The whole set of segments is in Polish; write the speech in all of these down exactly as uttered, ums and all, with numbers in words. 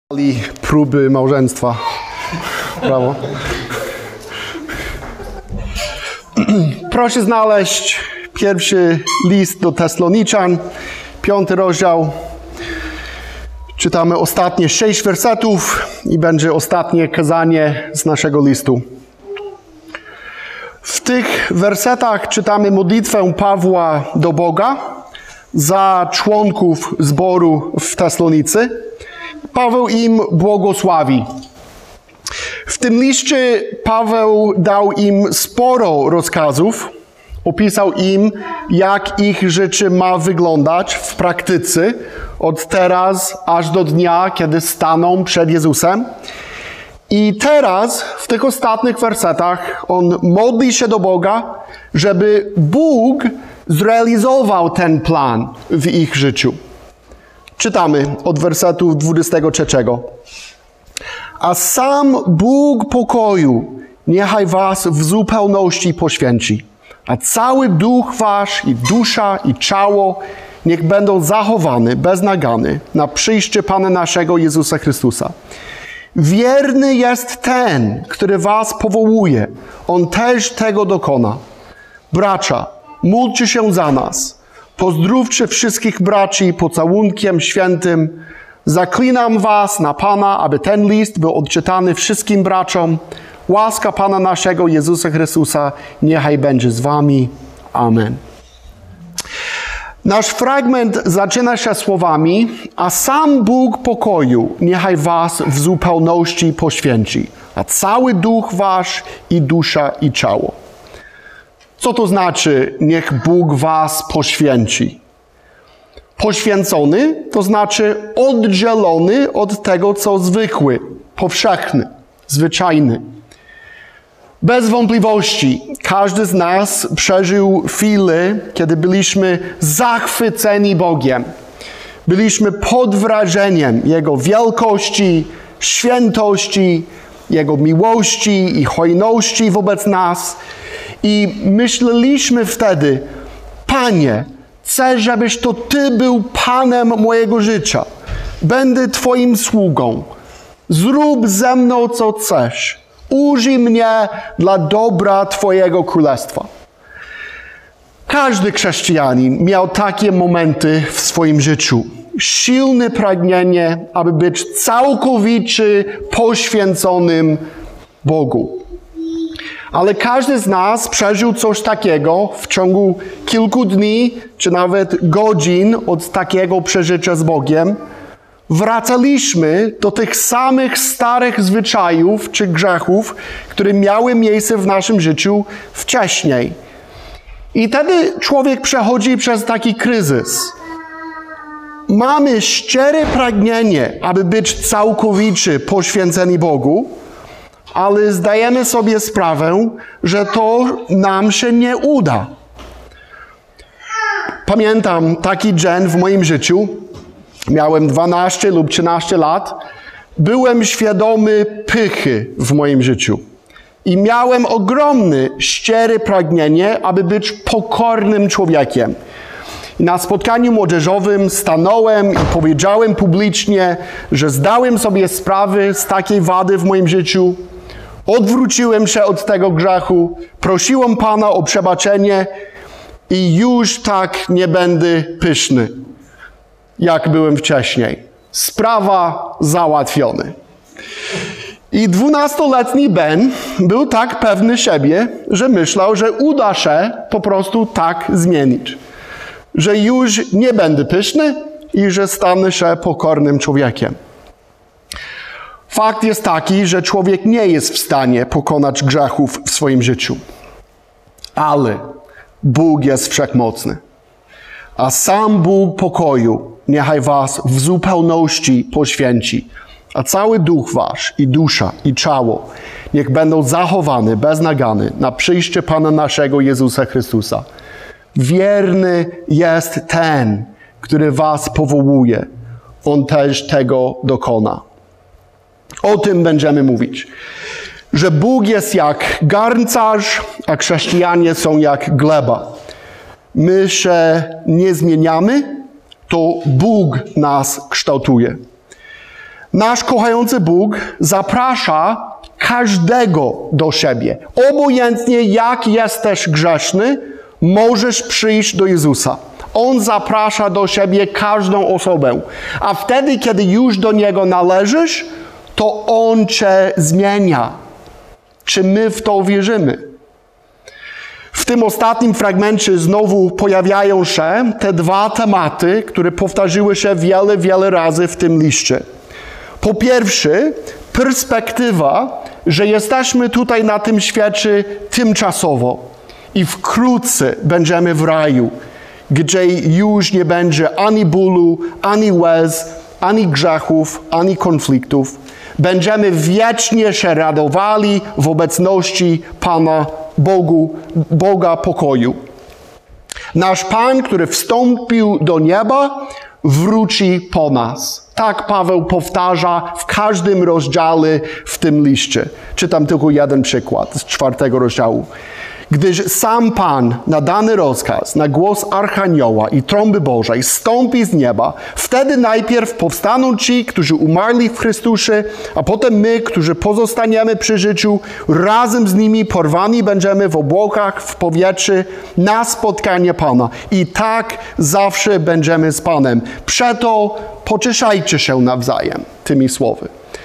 Próby małżeństwa. Brawo. Proszę znaleźć pierwszy list do Tesaloniczan, piąty rozdział. Czytamy ostatnie sześć wersetów i będzie ostatnie kazanie z naszego listu. W tych wersetach czytamy modlitwę Pawła do Boga za członków zboru w Tesalonicy. Paweł im błogosławi. W tym liście Paweł dał im sporo rozkazów. Opisał im, jak ich życie ma wyglądać w praktyce od teraz aż do dnia, kiedy staną przed Jezusem. I teraz, w tych ostatnich wersetach, on modli się do Boga, żeby Bóg zrealizował ten plan w ich życiu. Czytamy od wersetu dwudziestego trzeciego. A sam Bóg pokoju niechaj was w zupełności poświęci, a cały duch wasz i dusza i ciało niech będą zachowane bez nagany na przyjście Pana naszego Jezusa Chrystusa. Wierny jest ten, który was powołuje. On też tego dokona. Bracia, módlcie się za nas. Pozdrówcie wszystkich braci pocałunkiem świętym. Zaklinam was na Pana, aby ten list był odczytany wszystkim braciom. Łaska Pana naszego Jezusa Chrystusa niechaj będzie z wami. Amen. Nasz fragment zaczyna się słowami: a sam Bóg pokoju niechaj was w zupełności poświęci, a cały duch wasz i dusza i ciało. Co to znaczy, niech Bóg was poświęci? Poświęcony to znaczy oddzielony od tego, co zwykły, powszechny, zwyczajny. Bez wątpliwości każdy z nas przeżył chwilę, kiedy byliśmy zachwyceni Bogiem. Byliśmy pod wrażeniem Jego wielkości, świętości, Jego miłości i hojności wobec nas. I myśleliśmy wtedy: Panie, chcę, żebyś to Ty był Panem mojego życia. Będę Twoim sługą. Zrób ze mną, co chcesz. Użyj mnie dla dobra Twojego Królestwa. Każdy chrześcijanin miał takie momenty w swoim życiu. Silne pragnienie, aby być całkowicie poświęconym Bogu. Ale każdy z nas przeżył coś takiego w ciągu kilku dni, czy nawet godzin od takiego przeżycia z Bogiem. Wracaliśmy do tych samych starych zwyczajów czy grzechów, które miały miejsce w naszym życiu wcześniej. I wtedy człowiek przechodzi przez taki kryzys. Mamy szczere pragnienie, aby być całkowicie poświęceni Bogu, ale zdajemy sobie sprawę, że to nam się nie uda. Pamiętam taki dzień w moim życiu. Miałem dwanaście lub trzynaście lat. Byłem świadomy pychy w moim życiu. I miałem ogromne, szczere pragnienie, aby być pokornym człowiekiem. I na spotkaniu młodzieżowym stanąłem i powiedziałem publicznie, że zdałem sobie sprawę z takiej wady w moim życiu. Odwróciłem się od tego grzechu, prosiłem Pana o przebaczenie i już tak nie będę pyszny, jak byłem wcześniej. Sprawa załatwiona. I dwunastoletni Ben był tak pewny siebie, że myślał, że uda się po prostu tak zmienić. Że już nie będę pyszny i że stanę się pokornym człowiekiem. Fakt jest taki, że człowiek nie jest w stanie pokonać grzechów w swoim życiu. Ale Bóg jest wszechmocny. A sam Bóg pokoju niechaj was w zupełności poświęci, a cały duch wasz i dusza i ciało niech będą zachowane bez nagany na przyjście Pana naszego Jezusa Chrystusa. Wierny jest ten, który was powołuje. On też tego dokona. O tym będziemy mówić. Że Bóg jest jak garncarz, a chrześcijanie są jak gleba. My się nie zmieniamy, to Bóg nas kształtuje. Nasz kochający Bóg zaprasza każdego do siebie. Obojętnie jak jesteś grzeszny, możesz przyjść do Jezusa. On zaprasza do siebie każdą osobę. A wtedy, kiedy już do Niego należysz, to On Cię zmienia. Czy my w to wierzymy? W tym ostatnim fragmencie znowu pojawiają się te dwa tematy, które powtarzyły się wiele, wiele razy w tym liście. Po pierwsze, perspektywa, że jesteśmy tutaj na tym świecie tymczasowo i wkrótce będziemy w raju, gdzie już nie będzie ani bólu, ani łez, ani grzechów, ani konfliktów. Będziemy wiecznie się radowali w obecności Pana Bogu, Boga pokoju. Nasz Pan, który wstąpił do nieba, wróci po nas. Tak Paweł powtarza w każdym rozdziale w tym liście. Czytam tylko jeden przykład z czwartego rozdziału. Gdyż sam Pan na dany rozkaz, na głos Archanioła i trąby Bożej stąpi z nieba, wtedy najpierw powstaną ci, którzy umarli w Chrystusie, a potem my, którzy pozostaniemy przy życiu, razem z nimi porwani będziemy w obłokach, w powietrze, na spotkanie Pana. I tak zawsze będziemy z Panem. Przeto pocieszajcie się nawzajem tymi słowy.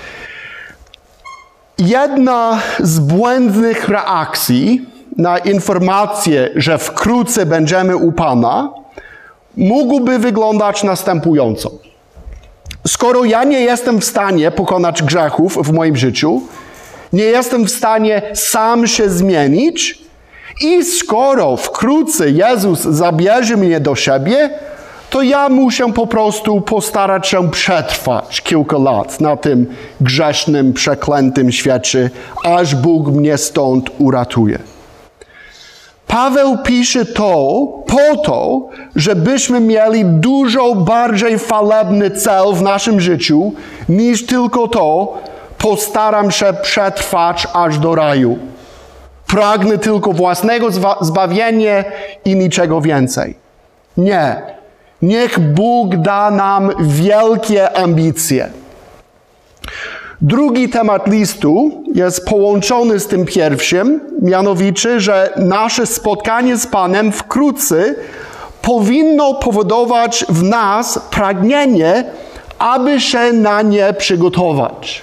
Jedna z błędnych reakcji na informację, że wkrótce będziemy u Pana, mógłby wyglądać następująco. Skoro ja nie jestem w stanie pokonać grzechów w moim życiu, nie jestem w stanie sam się zmienić i skoro wkrótce Jezus zabierze mnie do siebie, to ja muszę po prostu postarać się przetrwać kilka lat na tym grzesznym, przeklętym świecie, aż Bóg mnie stąd uratuje. Paweł pisze to po to, żebyśmy mieli dużo bardziej chwalebny cel w naszym życiu, niż tylko to, postaram się przetrwać aż do raju. Pragnę tylko własnego zbawienia i niczego więcej. Nie. Niech Bóg da nam wielkie ambicje. Drugi temat listu jest połączony z tym pierwszym, mianowicie, że nasze spotkanie z Panem wkrótce powinno powodować w nas pragnienie, aby się na nie przygotować.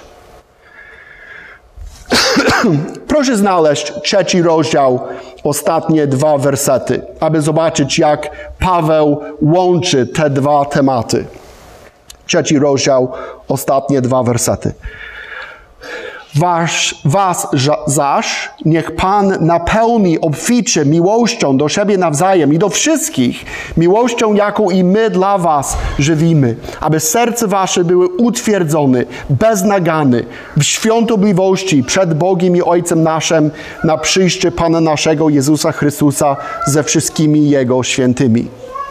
Proszę znaleźć trzeci rozdział, ostatnie dwa wersety, aby zobaczyć, jak Paweł łączy te dwa tematy. Trzeci rozdział, ostatnie dwa wersety. Was, was zaś niech Pan napełni obficie miłością do siebie nawzajem i do wszystkich, miłością, jaką i my dla was żywimy, aby serce wasze były utwierdzone, bez nagany, w świątobliwości przed Bogiem i Ojcem naszym na przyjście Pana naszego Jezusa Chrystusa ze wszystkimi Jego świętymi.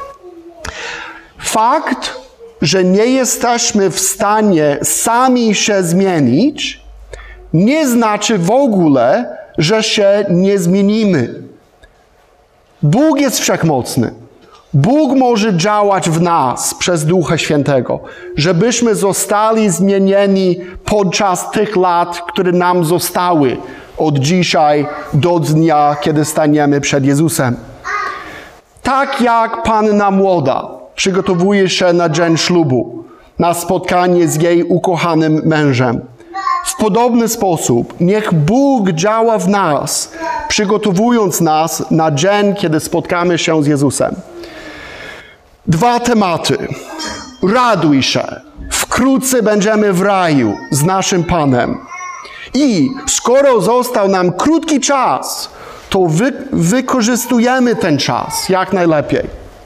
Fakt, że nie jesteśmy w stanie sami się zmienić, nie znaczy w ogóle, że się nie zmienimy. Bóg jest wszechmocny. Bóg może działać w nas przez Ducha Świętego, żebyśmy zostali zmienieni podczas tych lat, które nam zostały od dzisiaj do dnia, kiedy staniemy przed Jezusem. Tak jak panna młoda przygotowuje się na dzień ślubu, na spotkanie z jej ukochanym mężem. W podobny sposób niech Bóg działa w nas, przygotowując nas na dzień, kiedy spotkamy się z Jezusem. Dwa tematy. Raduj się. Wkrótce będziemy w raju z naszym Panem. I skoro został nam krótki czas, to wy, wykorzystujemy ten czas jak najlepiej.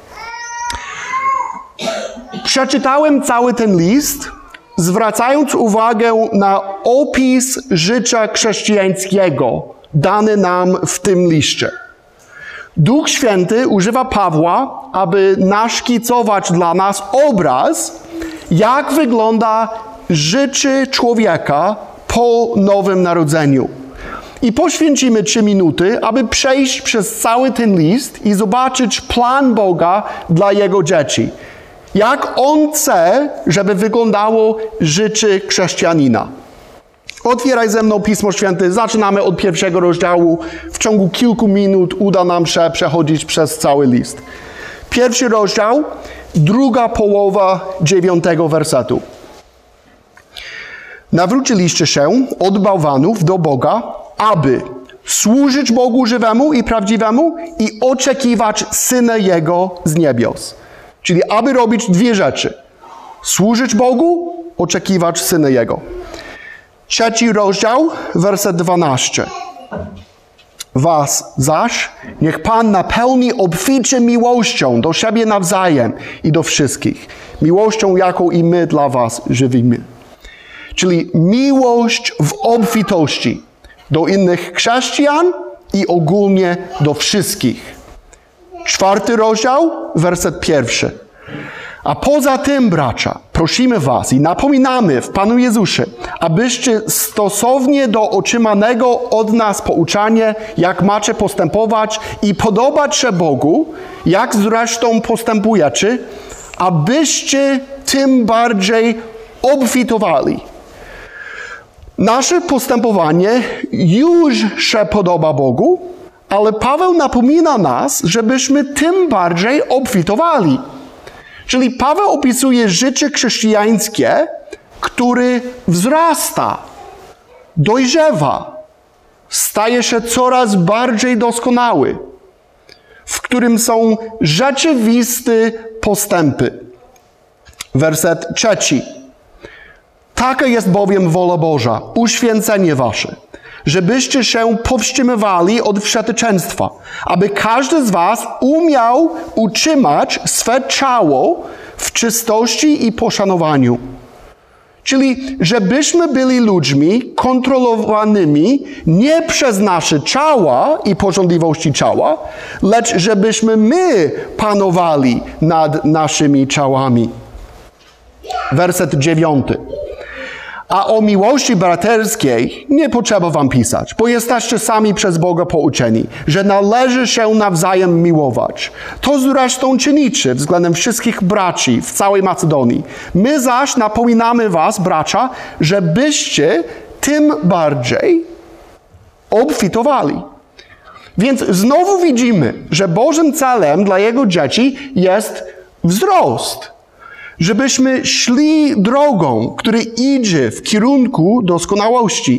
Przeczytałem cały ten list, zwracając uwagę na opis życia chrześcijańskiego dany nam w tym liście. Duch Święty używa Pawła, aby naszkicować dla nas obraz, jak wygląda życie człowieka po Nowym Narodzeniu. I poświęcimy trzy minuty, aby przejść przez cały ten list i zobaczyć plan Boga dla Jego dzieci. Jak On chce, żeby wyglądało życie chrześcijanina. Otwieraj ze mną Pismo Święte. Zaczynamy od pierwszego rozdziału. W ciągu kilku minut uda nam się przechodzić przez cały list. Pierwszy rozdział, druga połowa dziewiątego wersetu. Nawróciliście się od bałwanów do Boga, aby służyć Bogu żywemu i prawdziwemu i oczekiwać Syna Jego z niebios. Czyli aby robić dwie rzeczy. Służyć Bogu, oczekiwać Syna Jego. Trzeci rozdział, werset dwunasty. Was zaś niech Pan napełni obficie miłością do siebie nawzajem i do wszystkich. Miłością, jaką i my dla was żywimy. Czyli miłość w obfitości do innych chrześcijan i ogólnie do wszystkich. Czwarty rozdział, werset pierwszy. A poza tym, bracia, prosimy was i napominamy w Panu Jezusie, abyście stosownie do otrzymanego od nas pouczania, jak macie postępować i podobać się Bogu, jak zresztą postępujecie, abyście tym bardziej obfitowali. Nasze postępowanie już się podoba Bogu, ale Paweł napomina nas, żebyśmy tym bardziej obfitowali. Czyli Paweł opisuje życie chrześcijańskie, które wzrasta, dojrzewa, staje się coraz bardziej doskonały, w którym są rzeczywiste postępy. Werset trzeci. Taka jest bowiem wola Boża, uświęcenie wasze, żebyście się powstrzymywali od wszeteczeństwa, aby każdy z was umiał utrzymać swe ciało w czystości i poszanowaniu. Czyli, żebyśmy byli ludźmi kontrolowanymi nie przez nasze ciała i pożądliwości ciała, lecz żebyśmy my panowali nad naszymi ciałami. Werset dziewiąty. A o miłości braterskiej nie potrzeba wam pisać, bo jesteście sami przez Boga pouczeni, że należy się nawzajem miłować. To zresztą czynicie względem wszystkich braci w całej Macedonii. My zaś napominamy was, bracia, żebyście tym bardziej obfitowali. Więc znowu widzimy, że Bożym celem dla Jego dzieci jest wzrost. Żebyśmy szli drogą, która idzie w kierunku doskonałości.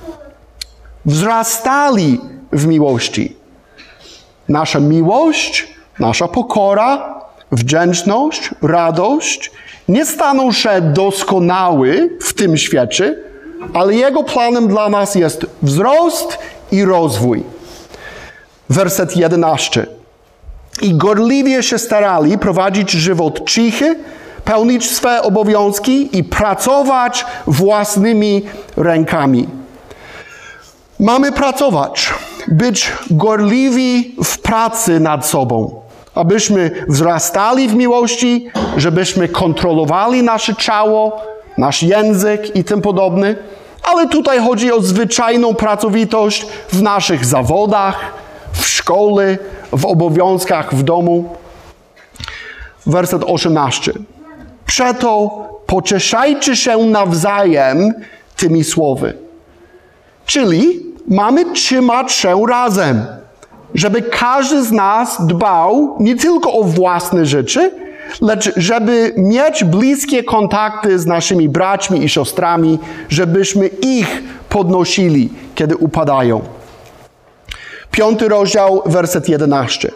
Wzrastali w miłości. Nasza miłość, nasza pokora, wdzięczność, radość nie staną się doskonały w tym świecie, ale Jego planem dla nas jest wzrost i rozwój. Werset jedenasty. I gorliwie się starali prowadzić żywot cichy, pełnić swe obowiązki i pracować własnymi rękami. Mamy pracować, być gorliwi w pracy nad sobą, abyśmy wzrastali w miłości, żebyśmy kontrolowali nasze ciało, nasz język i tym podobne. Ale tutaj chodzi o zwyczajną pracowitość w naszych zawodach, w szkole, w obowiązkach w domu. Werset osiemnasty. Przeto pocieszajcie się nawzajem tymi słowy. Czyli mamy trzymać się razem, żeby każdy z nas dbał nie tylko o własne życie, lecz żeby mieć bliskie kontakty z naszymi braćmi i siostrami, żebyśmy ich podnosili, kiedy upadają. Piąty rozdział, werset jedenasty.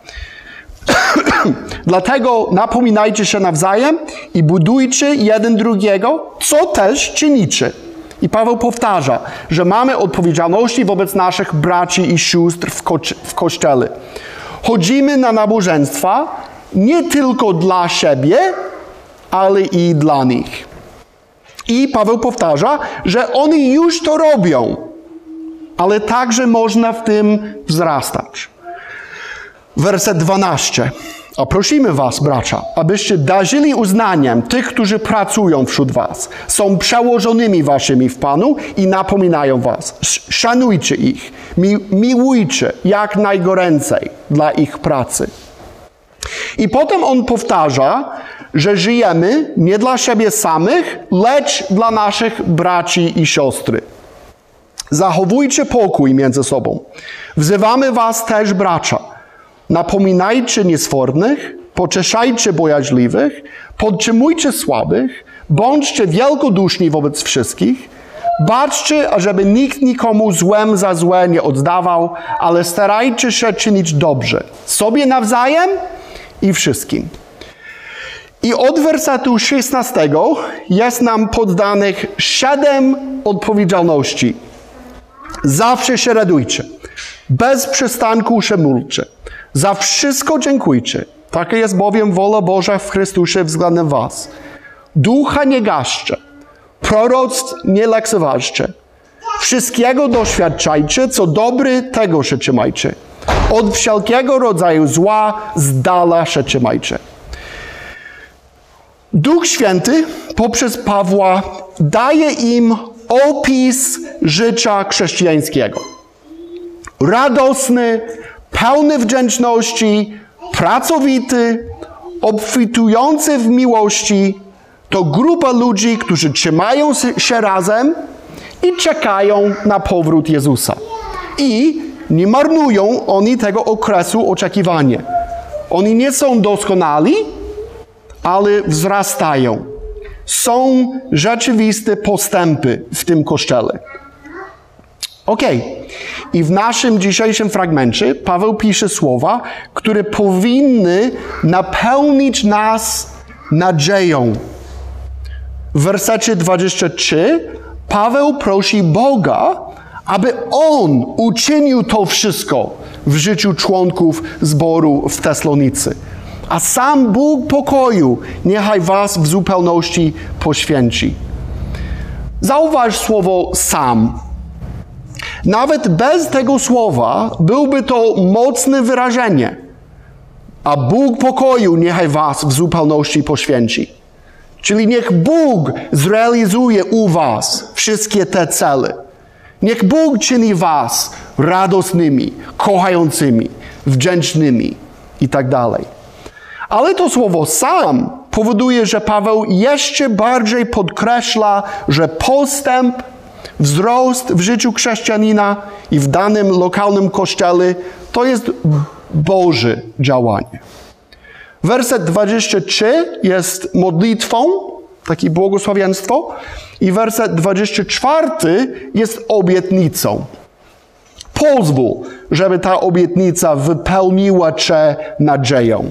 Dlatego napominajcie się nawzajem i budujcie jeden drugiego, co też czynicie. I Paweł powtarza, że mamy odpowiedzialności wobec naszych braci i sióstr w, ko- w Kościele. Chodzimy na nabożeństwa nie tylko dla siebie, ale i dla nich. I Paweł powtarza, że oni już to robią, ale także można w tym wzrastać. Werset dwunasty. A prosimy was, bracia, abyście darzyli uznaniem tych, którzy pracują wśród was. Są przełożonymi waszymi w Panu i napominają was. Szanujcie ich, mi- miłujcie jak najgoręcej dla ich pracy. I potem on powtarza, że żyjemy nie dla siebie samych, lecz dla naszych braci i siostry. Zachowujcie pokój między sobą. Wzywamy was też, bracia. Napominajcie niesfornych, pocieszajcie bojaźliwych, podtrzymujcie słabych, bądźcie wielkoduszni wobec wszystkich, baczcie, ażeby nikt nikomu złem za złe nie oddawał, ale starajcie się czynić dobrze, sobie nawzajem i wszystkim. I od wersetu szesnastego jest nam poddanych siedem odpowiedzialności. Zawsze się radujcie, bez przystanku się módlcie, za wszystko dziękujcie. Taka jest bowiem wola Boża w Chrystusie względem was. Ducha nie gaszcie, proroctw nie lekceważcie. Wszystkiego doświadczajcie, co dobre, tego się trzymajcie. Od wszelkiego rodzaju zła z dala się trzymajcie. Duch Święty poprzez Pawła daje im opis życia chrześcijańskiego. Radosny, pełny wdzięczności, pracowity, obfitujący w miłości, to grupa ludzi, którzy trzymają się razem i czekają na powrót Jezusa. I nie marnują oni tego okresu oczekiwania. Oni nie są doskonali, ale wzrastają. Są rzeczywiste postępy w tym Kościele. Okej. Okay. I w naszym dzisiejszym fragmencie Paweł pisze słowa, które powinny napełnić nas nadzieją. W wersecie dwudziestym trzecim Paweł prosi Boga, aby On uczynił to wszystko w życiu członków zboru w Tesalonicy. A sam Bóg pokoju niechaj was w zupełności poświęci. Zauważ słowo sam. Nawet bez tego słowa byłby to mocne wyrażenie. A Bóg pokoju niechaj was w zupełności poświęci. Czyli niech Bóg zrealizuje u was wszystkie te cele. Niech Bóg czyni was radosnymi, kochającymi, wdzięcznymi i tak dalej. Ale to słowo sam powoduje, że Paweł jeszcze bardziej podkreśla, że postęp, wzrost w życiu chrześcijanina i w danym lokalnym kościele to jest Boże działanie. Werset dwudziesty trzeci jest modlitwą, takie błogosławieństwo, i werset dwudziesty czwarty jest obietnicą. Pozwól, żeby ta obietnica wypełniła Cię nadzieją.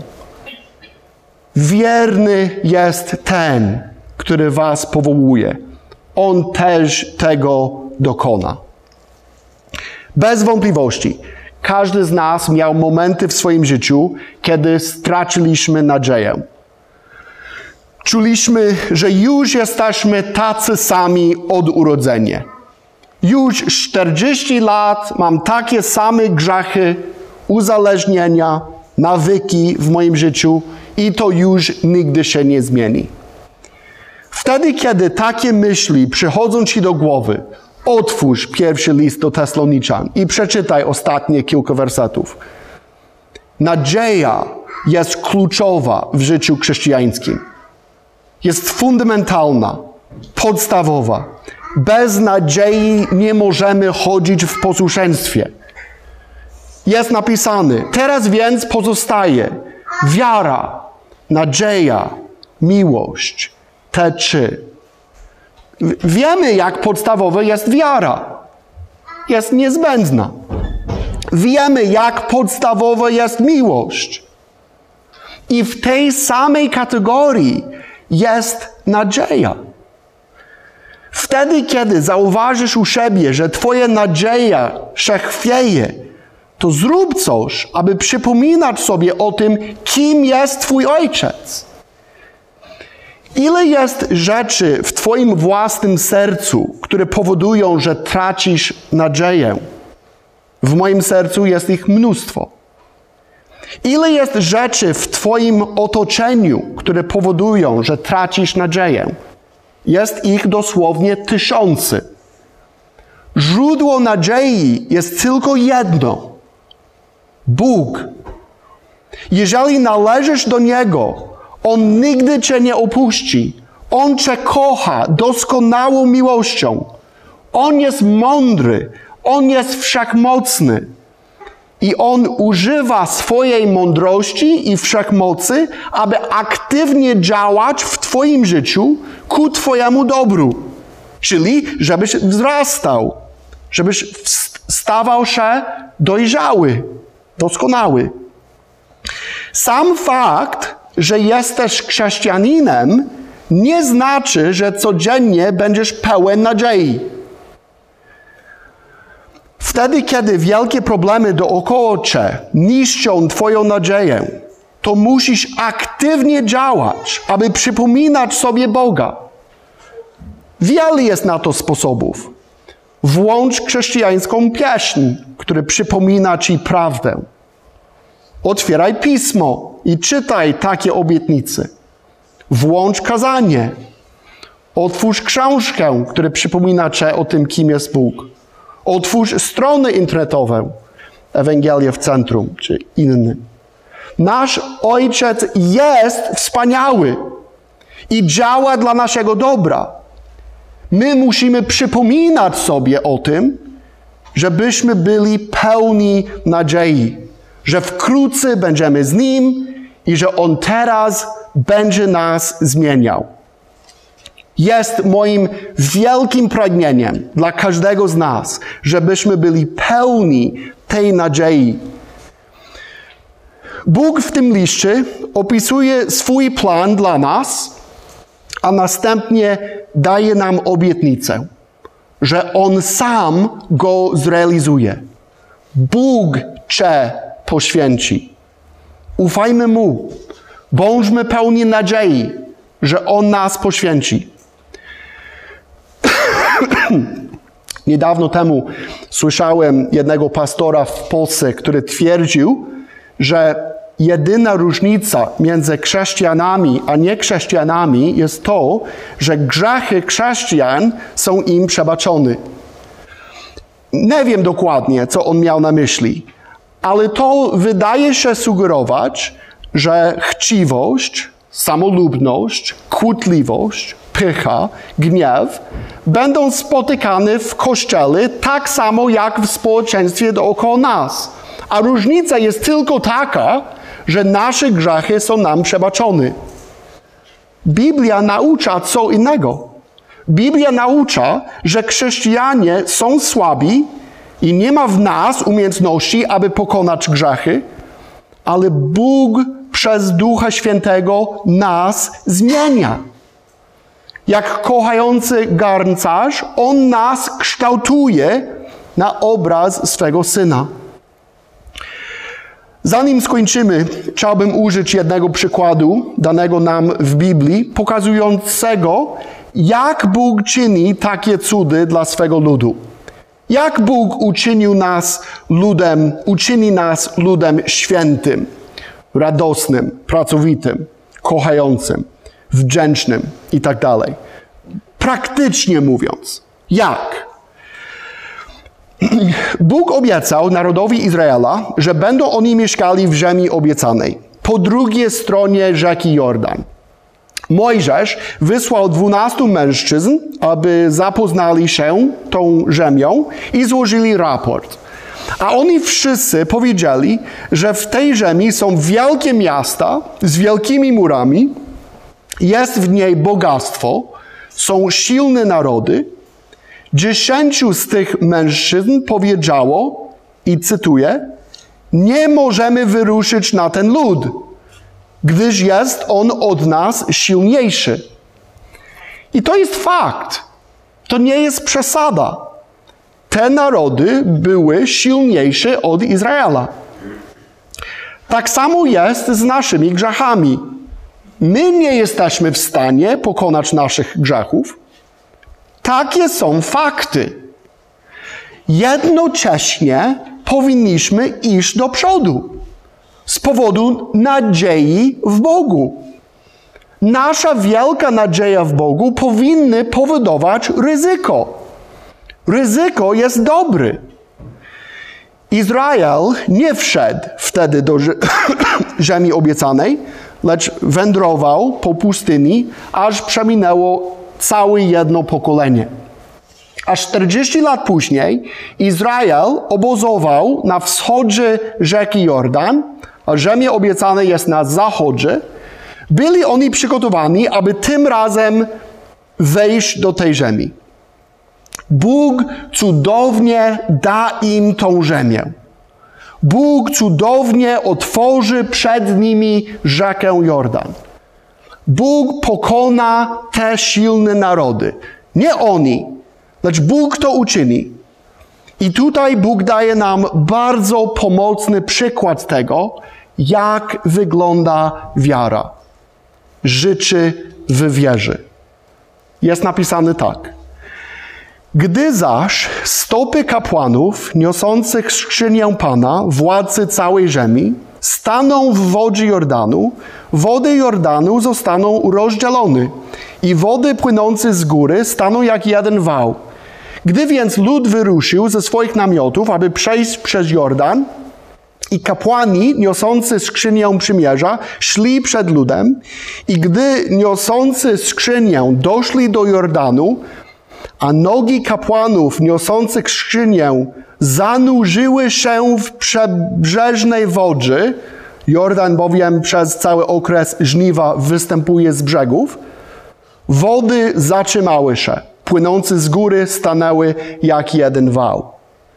Wierny jest ten, który was powołuje. On też tego dokona. Bez wątpliwości, każdy z nas miał momenty w swoim życiu, kiedy straciliśmy nadzieję. Czuliśmy, że już jesteśmy tacy sami od urodzenia. Już czterdzieści lat mam takie same grzechy, uzależnienia, nawyki w moim życiu i to już nigdy się nie zmieni. Wtedy, kiedy takie myśli przychodzą ci do głowy, otwórz pierwszy list do Tesaloniczan i przeczytaj ostatnie kilka wersetów. Nadzieja jest kluczowa w życiu chrześcijańskim. Jest fundamentalna, podstawowa. Bez nadziei nie możemy chodzić w posłuszeństwie. Jest napisane, teraz więc pozostaje wiara, nadzieja, miłość, te trzy. Wiemy, jak podstawowa jest wiara. Jest niezbędna. Wiemy, jak podstawowa jest miłość. I w tej samej kategorii jest nadzieja. Wtedy, kiedy zauważysz u siebie, że twoja nadzieja się chwieje, to zrób coś, aby przypominać sobie o tym, kim jest twój Ojciec. Ile jest rzeczy w twoim własnym sercu, które powodują, że tracisz nadzieję? W moim sercu jest ich mnóstwo. Ile jest rzeczy w twoim otoczeniu, które powodują, że tracisz nadzieję? Jest ich dosłownie tysiące. Źródło nadziei jest tylko jedno. Bóg. Jeżeli należysz do Niego, On nigdy cię nie opuści. On cię kocha doskonałą miłością. On jest mądry. On jest wszechmocny. I On używa swojej mądrości i wszechmocy, aby aktywnie działać w twoim życiu ku twojemu dobru. Czyli żebyś wzrastał, żebyś stawał się dojrzały, doskonały. Sam fakt, że jesteś chrześcijaninem, nie znaczy, że codziennie będziesz pełen nadziei. Wtedy, kiedy wielkie problemy dookoła cię niszczą twoją nadzieję, to musisz aktywnie działać, aby przypominać sobie Boga. Wiele jest na to sposobów. Włącz chrześcijańską pieśń, która przypomina ci prawdę. Otwieraj Pismo i czytaj takie obietnice. Włącz kazanie. Otwórz książkę, która przypomina ci o tym, kim jest Bóg. Otwórz stronę internetową, Ewangelia w Centrum, czy inne. Nasz Ojciec jest wspaniały i działa dla naszego dobra. My musimy przypominać sobie o tym, żebyśmy byli pełni nadziei, że wkrótce będziemy z Nim i że On teraz będzie nas zmieniał. Jest moim wielkim pragnieniem dla każdego z nas, żebyśmy byli pełni tej nadziei. Bóg w tym liście opisuje swój plan dla nas, a następnie daje nam obietnicę, że On sam go zrealizuje. Bóg cię poświęci. Ufajmy Mu. Bądźmy pełni nadziei, że On nas poświęci. Niedawno temu słyszałem jednego pastora w Polsce, który twierdził, że jedyna różnica między chrześcijanami a niechrześcijanami jest to, że grzechy chrześcijan są im przebaczone. Nie wiem dokładnie, co on miał na myśli, ale to wydaje się sugerować, że chciwość, samolubność, kłótliwość, pycha, gniew będą spotykane w Kościele tak samo jak w społeczeństwie dookoła nas. A różnica jest tylko taka, że nasze grzechy są nam przebaczone. Biblia naucza co innego. Biblia naucza, że chrześcijanie są słabi i nie ma w nas umiejętności, aby pokonać grzechy, ale Bóg przez Ducha Świętego nas zmienia. Jak kochający garncarz, On nas kształtuje na obraz swego Syna. Zanim skończymy, chciałbym użyć jednego przykładu danego nam w Biblii, pokazującego, jak Bóg czyni takie cudy dla swego ludu. Jak Bóg uczynił nas ludem, uczyni nas ludem świętym, radosnym, pracowitym, kochającym, wdzięcznym i tak dalej. Praktycznie mówiąc, jak? Bóg obiecał narodowi Izraela, że będą oni mieszkali w ziemi obiecanej, po drugiej stronie rzeki Jordan. Mojżesz wysłał dwunastu mężczyzn, aby zapoznali się tą ziemią i złożyli raport. A oni wszyscy powiedzieli, że w tej ziemi są wielkie miasta z wielkimi murami, jest w niej bogactwo, są silne narody. Dziesięciu z tych mężczyzn powiedziało, i cytuję, nie możemy wyruszyć na ten lud, gdyż jest on od nas silniejszy. I to jest fakt. To nie jest przesada. Te narody były silniejsze od Izraela. Tak samo jest z naszymi grzechami. My nie jesteśmy w stanie pokonać naszych grzechów. Takie są fakty. Jednocześnie powinniśmy iść do przodu z powodu nadziei w Bogu. Nasza wielka nadzieja w Bogu powinna powodować ryzyko. Ryzyko jest dobre. Izrael nie wszedł wtedy do ziemi obiecanej, lecz wędrował po pustyni, aż przeminęło całe jedno pokolenie. A czterdzieści lat później Izrael obozował na wschodzie rzeki Jordan, a ziemia obiecana jest na zachodzie. Byli oni przygotowani, aby tym razem wejść do tej ziemi. Bóg cudownie da im tą ziemię. Bóg cudownie otworzy przed nimi rzekę Jordan. Bóg pokona te silne narody. Nie oni, lecz Bóg to uczyni. I tutaj Bóg daje nam bardzo pomocny przykład tego, jak wygląda wiara. Życzy w wierze. Jest napisane tak. Gdy zaś stopy kapłanów niosących skrzynię Pana, władcy całej ziemi, staną w wodzie Jordanu, wody Jordanu zostaną rozdzielone i wody płynące z góry staną jak jeden wał. Gdy więc lud wyruszył ze swoich namiotów, aby przejść przez Jordan, i kapłani niosący skrzynię przymierza szli przed ludem, i gdy niosący skrzynię doszli do Jordanu, a nogi kapłanów niosących skrzynię zanurzyły się w przybrzeżnej wodzie, Jordan bowiem przez cały okres żniwa występuje z brzegów, wody zatrzymały się, płynące z góry stanęły jak jeden wał.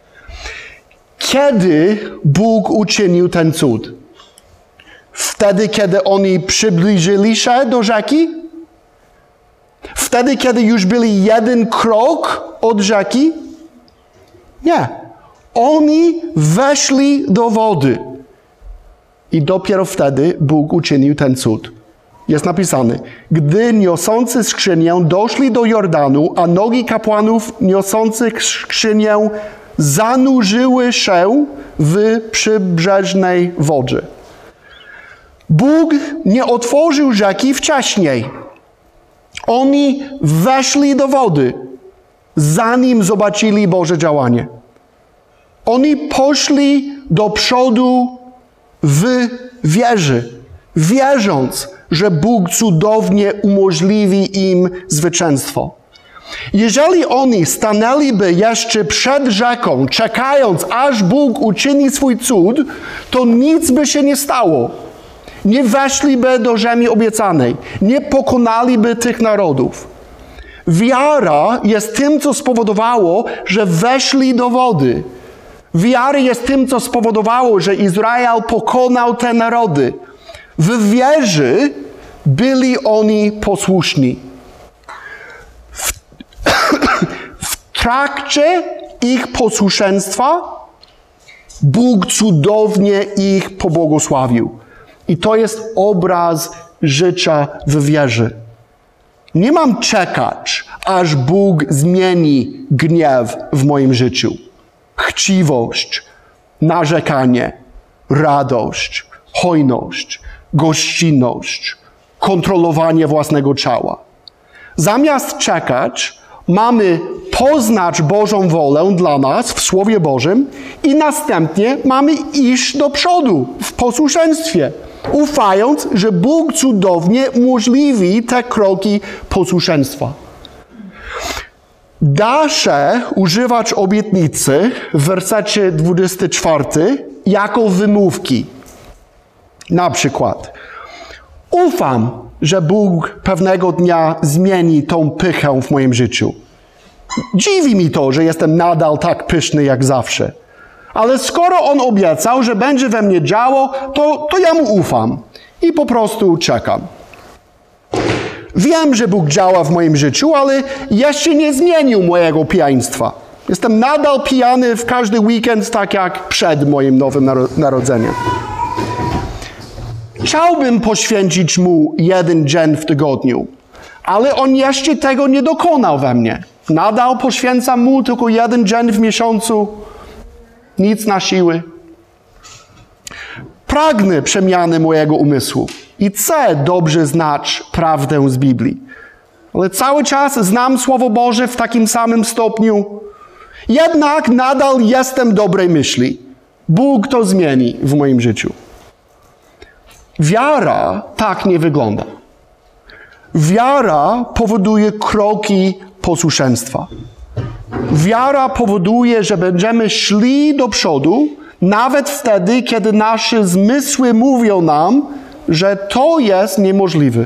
Kiedy Bóg uczynił ten cud? Wtedy, kiedy oni przybliżyli się do rzeki? Wtedy, kiedy już byli jeden krok od rzeki? Nie. Oni weszli do wody. I dopiero wtedy Bóg uczynił ten cud. Jest napisane, gdy niosący skrzynię doszli do Jordanu, a nogi kapłanów niosących skrzynię zanurzyły się w przybrzeżnej wodzie. Bóg nie otworzył rzeki wcześniej. Oni weszli do wody, zanim zobaczyli Boże działanie. Oni poszli do przodu w wierze, wierząc, że Bóg cudownie umożliwi im zwycięstwo. Jeżeli oni stanęliby jeszcze przed rzeką, czekając, aż Bóg uczyni swój cud, to nic by się nie stało. Nie weszliby do ziemi obiecanej. Nie pokonaliby tych narodów. Wiara jest tym, co spowodowało, że weszli do wody. Wiara jest tym, co spowodowało, że Izrael pokonał te narody. W wierze byli oni posłuszni. W, w trakcie ich posłuszeństwa Bóg cudownie ich pobłogosławił. I to jest obraz życia w wierze. Nie mam czekać, aż Bóg zmieni gniew w moim życiu. Chciwość, narzekanie, radość, hojność, gościnność, kontrolowanie własnego ciała. Zamiast czekać, mamy poznać Bożą wolę dla nas w Słowie Bożym i następnie mamy iść do przodu w posłuszeństwie, ufając, że Bóg cudownie umożliwi te kroki posłuszeństwa. Da się używać obietnicy w wersecie dwudziestym czwartym jako wymówki. Na przykład, ufam, że Bóg pewnego dnia zmieni tą pychę w moim życiu. Dziwi mi to, że jestem nadal tak pyszny jak zawsze. Ale skoro On obiecał, że będzie we mnie działo, to, to ja Mu ufam i po prostu czekam. Wiem, że Bóg działa w moim życiu, ale jeszcze nie zmienił mojego pijaństwa. Jestem nadal pijany w każdy weekend, tak jak przed moim nowym narodzeniem. Chciałbym poświęcić Mu jeden dzień w tygodniu, ale On jeszcze tego nie dokonał we mnie. Nadal poświęcam Mu tylko jeden dzień w miesiącu, nic na siły. Pragnę przemiany mojego umysłu i chcę dobrze znać prawdę z Biblii. Ale cały czas znam Słowo Boże w takim samym stopniu. Jednak nadal jestem dobrej myśli. Bóg to zmieni w moim życiu. Wiara tak nie wygląda. Wiara powoduje kroki posłuszeństwa. Wiara powoduje, że będziemy szli do przodu, nawet wtedy, kiedy nasze zmysły mówią nam, że to jest niemożliwe.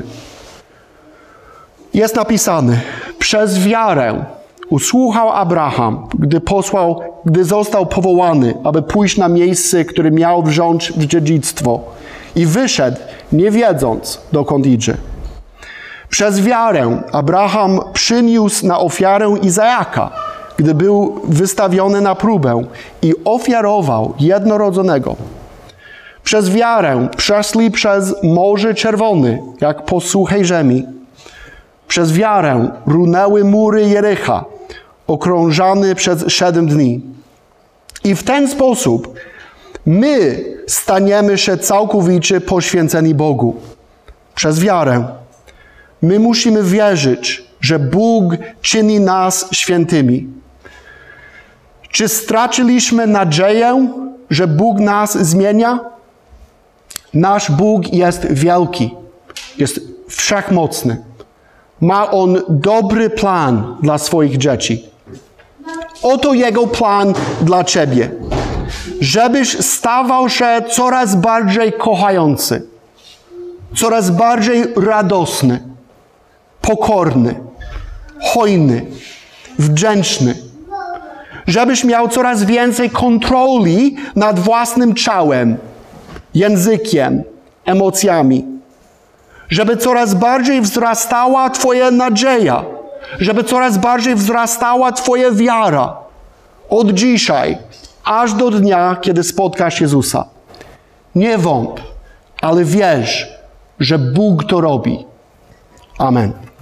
Jest napisane, przez wiarę usłuchał Abraham, gdy posłał, gdy został powołany, aby pójść na miejsce, które miał wziąć w dziedzictwo i wyszedł, nie wiedząc, dokąd idzie. Przez wiarę Abraham przyniósł na ofiarę Izaaka, gdy był wystawiony na próbę i ofiarował jednorodzonego. Przez wiarę przeszli przez Morze Czerwone, jak po suchej ziemi. Przez wiarę runęły mury Jericha, okrążane przez siedem dni. I w ten sposób my staniemy się całkowicie poświęceni Bogu. Przez wiarę. My musimy wierzyć, że Bóg czyni nas świętymi. Czy straciliśmy nadzieję, że Bóg nas zmienia? Nasz Bóg jest wielki, jest wszechmocny. Ma On dobry plan dla swoich dzieci. Oto Jego plan dla Ciebie. Żebyś stawał się coraz bardziej kochający, coraz bardziej radosny, pokorny, hojny, wdzięczny. Żebyś miał coraz więcej kontroli nad własnym ciałem, językiem, emocjami. Żeby coraz bardziej wzrastała Twoja nadzieja. Żeby coraz bardziej wzrastała Twoja wiara. Od dzisiaj, aż do dnia, kiedy spotkasz Jezusa. Nie wątp, ale wierz, że Bóg to robi. Amen.